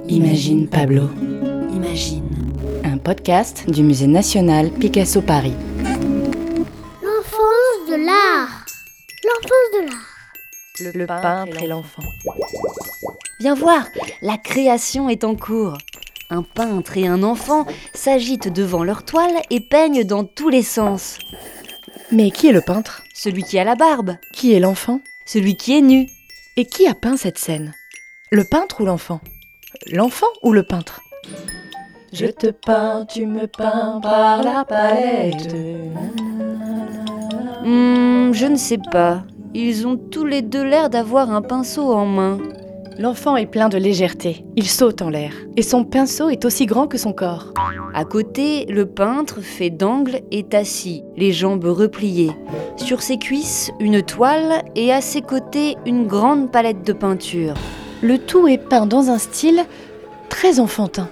Imagine Pablo. Imagine. Un podcast du Musée national Picasso Paris. L'enfance de l'art. L'enfance de l'art. Le peintre et l'enfant. Viens voir, la création est en cours. Un peintre et un enfant s'agitent devant leur toile et peignent dans tous les sens. Mais qui est le peintre ? Celui qui a la barbe, Qui est l'enfant ? celui qui est nu. Et qui a peint cette scène ? Le peintre ou l'enfant ? L'enfant ou le peintre ? Je te peins, tu me peins par la palette. Je ne sais pas. Ils ont tous les deux l'air d'avoir un pinceau en main. L'enfant est plein de légèreté. Il saute en l'air. Et son pinceau est aussi grand que son corps. À côté, le peintre fait d'angle est assis, les jambes repliées. Sur ses cuisses, une toile et à ses côtés, une grande palette de peinture. Le tout est peint dans un style très enfantin.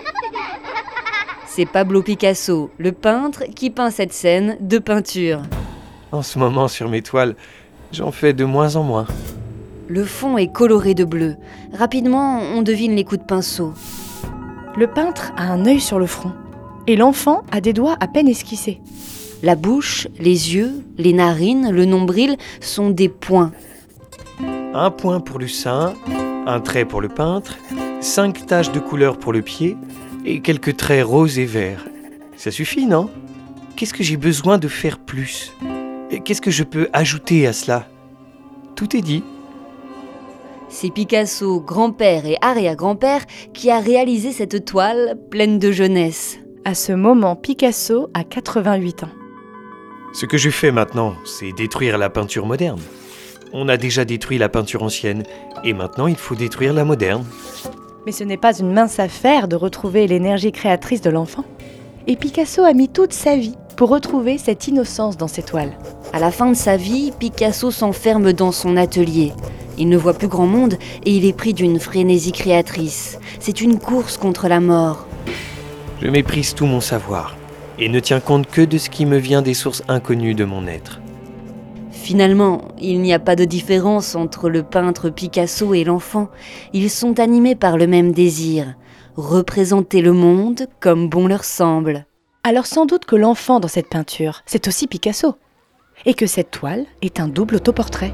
C'est Pablo Picasso, le peintre, qui peint cette scène de peinture. En ce moment, sur mes toiles, j'en fais de moins en moins. Le fond est coloré de bleu. Rapidement, on devine les coups de pinceau. Le peintre a un œil sur le front. Et l'enfant a des doigts à peine esquissés. La bouche, les yeux, les narines, le nombril sont des points. Un point pour le sein, un trait pour le peintre, 5 taches de couleur pour le pied et quelques traits roses et verts. Ça suffit, non ? Qu'est-ce que j'ai besoin de faire plus ? Et qu'est-ce que je peux ajouter à cela ? Tout est dit. C'est Picasso, grand-père et arrière-grand-père, qui a réalisé cette toile pleine de jeunesse. À ce moment, Picasso a 88 ans. Ce que je fais maintenant, c'est détruire la peinture moderne. On a déjà détruit la peinture ancienne, et maintenant il faut détruire la moderne. Mais ce n'est pas une mince affaire de retrouver l'énergie créatrice de l'enfant. Et Picasso a mis toute sa vie pour retrouver cette innocence dans ses toiles. À la fin de sa vie, Picasso s'enferme dans son atelier. Il ne voit plus grand monde et il est pris d'une frénésie créatrice. C'est une course contre la mort. Je méprise tout mon savoir, et ne tiens compte que de ce qui me vient des sources inconnues de mon être. Finalement, il n'y a pas de différence entre le peintre Picasso et l'enfant. Ils sont animés par le même désir, représenter le monde comme bon leur semble. Alors sans doute que l'enfant dans cette peinture, c'est aussi Picasso. Et que cette toile est un double autoportrait.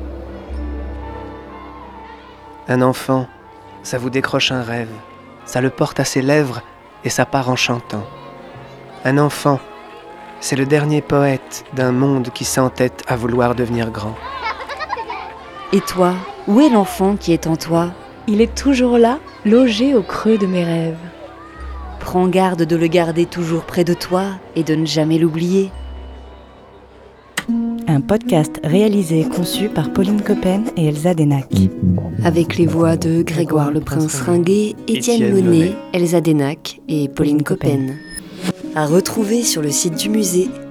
Un enfant, ça vous décroche un rêve, ça le porte à ses lèvres et ça part en chantant. Un enfant, c'est le dernier poète d'un monde qui s'entête à vouloir devenir grand. Et toi, où est l'enfant qui est en toi ? Il est toujours là, logé au creux de mes rêves. Prends garde de le garder toujours près de toi et de ne jamais l'oublier. Un podcast réalisé et conçu par Pauline Coppen et Elsa Denac. Avec les voix de Grégoire le Prince Ringuet, Étienne Monet, Elsa Denac et Pauline Coppen. À retrouver sur le site du musée